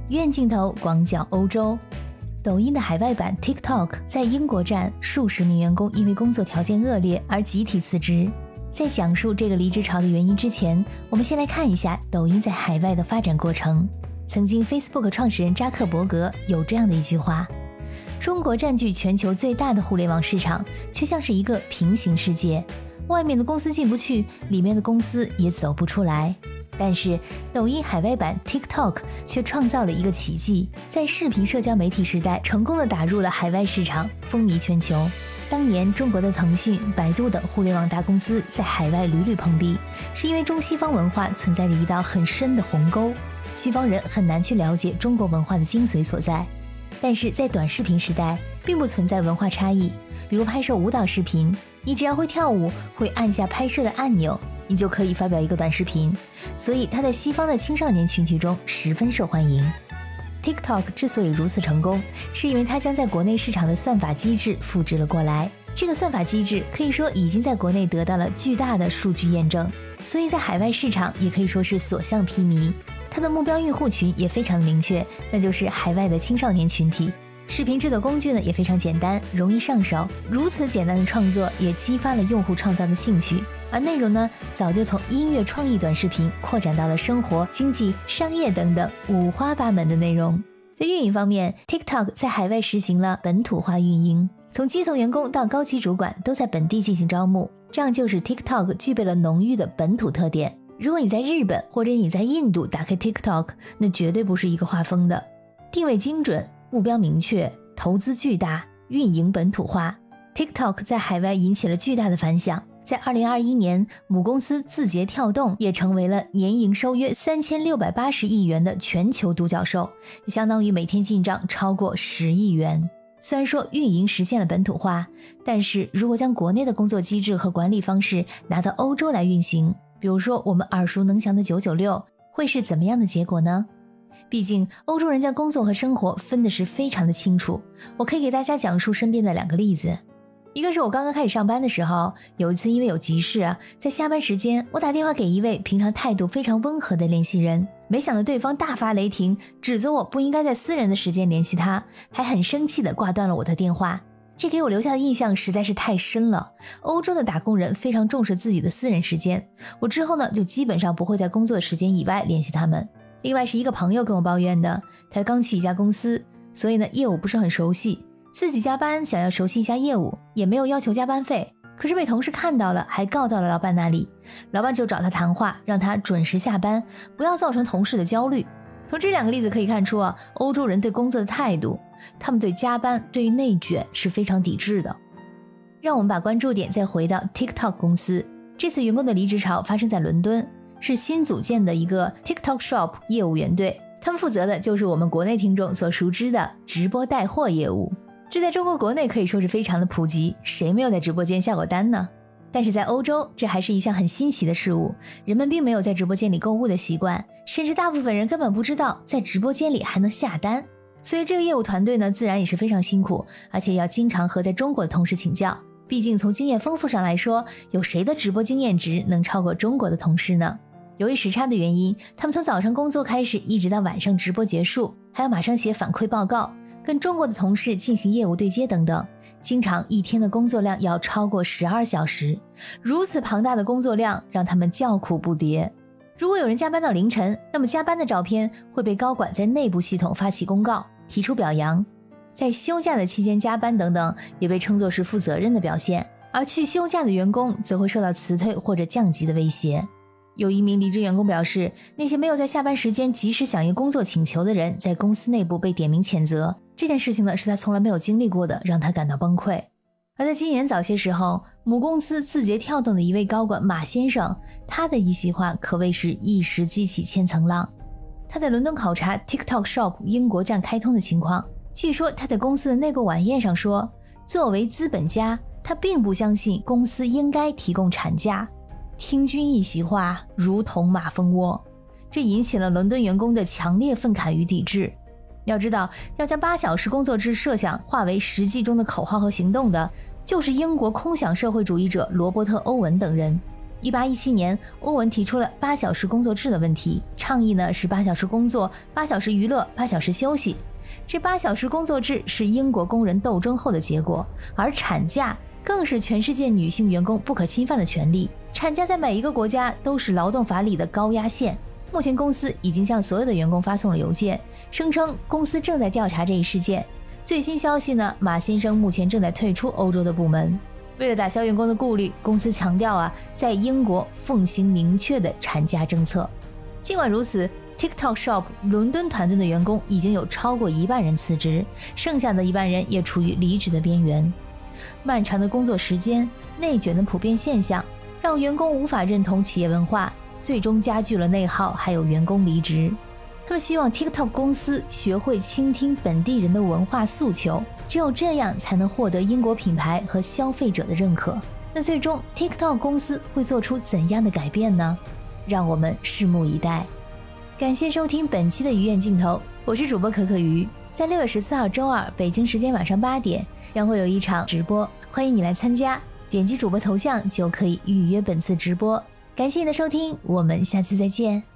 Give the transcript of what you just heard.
远镜头广角欧洲。抖音的海外版 TikTok 在英国站，数十名员工因为工作条件恶劣而集体辞职。在讲述这个离职潮的原因之前，我们先来看一下抖音在海外的发展过程。曾经 Facebook 创始人扎克伯格有这样的一句话：中国占据全球最大的互联网市场，却像是一个平行世界，外面的公司进不去，里面的公司也走不出来。但是抖音海外版 TikTok 却创造了一个奇迹，在视频社交媒体时代成功地打入了海外市场，风靡全球。当年中国的腾讯、百度等互联网大公司在海外屡屡碰壁，是因为中西方文化存在着一道很深的鸿沟，西方人很难去了解中国文化的精髓所在。但是在短视频时代并不存在文化差异，比如拍摄舞蹈视频，你只要会跳舞，会按下拍摄的按钮，你就可以发表一个短视频，所以它在西方的青少年群体中十分受欢迎。TikTok 之所以如此成功，是因为它将在国内市场的算法机制复制了过来。这个算法机制可以说已经在国内得到了巨大的数据验证，所以在海外市场也可以说是所向披靡。它的目标用户群也非常的明确，那就是海外的青少年群体。视频制作工具呢也非常简单，容易上手，如此简单的创作也激发了用户创造的兴趣。而内容呢，早就从音乐创意短视频扩展到了生活、经济、商业等等五花八门的内容。在运营方面 ，TikTok 在海外实行了本土化运营，从基层员工到高级主管都在本地进行招募，这样就使 TikTok 具备了浓郁的本土特点。如果你在日本或者你在印度打开 TikTok， 那绝对不是一个画风的。定位精准，目标明确，投资巨大，运营本土化。TikTok 在海外引起了巨大的反响。在2021年，母公司字节跳动也成为了年营收约3680亿元的全球独角兽，相当于每天进账超过10亿元。虽然说运营实现了本土化，但是如果将国内的工作机制和管理方式拿到欧洲来运行，比如说我们耳熟能详的996，会是怎么样的结果呢？毕竟欧洲人将工作和生活分的是非常的清楚。我可以给大家讲述身边的2个例子。一个是我刚刚开始上班的时候，有一次因为有急事在下班时间我打电话给一位平常态度非常温和的联系人，没想到对方大发雷霆，指责我不应该在私人的时间联系他，还很生气地挂断了我的电话。这给我留下的印象实在是太深了。欧洲的打工人非常重视自己的私人时间，我之后呢就基本上不会在工作时间以外联系他们。另外是一个朋友跟我抱怨的，他刚去一家公司，所以呢业务不是很熟悉，自己加班想要熟悉一下业务，也没有要求加班费，可是被同事看到了，还告到了老板那里。老板就找他谈话，让他准时下班，不要造成同事的焦虑。从这2个例子可以看出欧洲人对工作的态度，他们对加班、对于内卷是非常抵制的。让我们把关注点再回到 TikTok 公司，这次员工的离职潮发生在伦敦，是新组建的一个 TikTok Shop 业务员队，他们负责的就是我们国内听众所熟知的直播带货业务。这在中国国内可以说是非常的普及，谁没有在直播间下过单呢？但是在欧洲，这还是一项很新奇的事物，人们并没有在直播间里购物的习惯，甚至大部分人根本不知道在直播间里还能下单。所以这个业务团队呢，自然也是非常辛苦，而且要经常和在中国的同事请教。毕竟从经验丰富上来说，有谁的直播经验值能超过中国的同事呢？由于时差的原因，他们从早上工作开始，一直到晚上直播结束，还要马上写反馈报告，跟中国的同事进行业务对接等等，经常一天的工作量要超过12小时。如此庞大的工作量让他们叫苦不迭。如果有人加班到凌晨，那么加班的照片会被高管在内部系统发起公告，提出表扬。在休假的期间加班等等，也被称作是负责任的表现，而去休假的员工则会受到辞退或者降级的威胁。有一名离职员工表示，那些没有在下班时间及时响应工作请求的人，在公司内部被点名谴责。这件事情呢，是他从来没有经历过的，让他感到崩溃。而在今年早些时候，母公司字节跳动的一位高管马先生，他的一席话可谓是一时激起千层浪。他在伦敦考察 TikTok Shop 英国站开通的情况，据说他在公司的内部晚宴上说，作为资本家，他并不相信公司应该提供产假。听君一席话，如同马蜂窝，这引起了伦敦员工的强烈愤慨与抵制。要知道，要将8小时工作制设想化为实际中的口号和行动的，就是英国空想社会主义者罗伯特·欧文等人。 1817年，欧文提出了8小时工作制的问题，倡议呢是8小时工作、8小时娱乐、8小时休息。这8小时工作制是英国工人斗争后的结果，而产假更是全世界女性员工不可侵犯的权利。产假在每一个国家都是劳动法里的高压线。目前公司已经向所有的员工发送了邮件，声称公司正在调查这一事件。最新消息呢，马先生目前正在退出欧洲的部门。为了打消员工的顾虑，公司强调在英国奉行明确的产假政策。尽管如此， TikTok Shop 伦敦团队的员工已经有超过1半人辞职，剩下的1半人也处于离职的边缘。漫长的工作时间、内卷的普遍现象，让员工无法认同企业文化，最终加剧了内耗，还有员工离职。他们希望 TikTok 公司学会倾听本地人的文化诉求，只有这样才能获得英国品牌和消费者的认可。那最终 TikTok 公司会做出怎样的改变呢？让我们拭目以待。感谢收听本期的鱼眼镜头，我是主播可可鱼。在6月14号周二北京时间晚上8点将会有一场直播，欢迎你来参加，点击主播头像就可以预约本次直播。感谢你的收听，我们下次再见。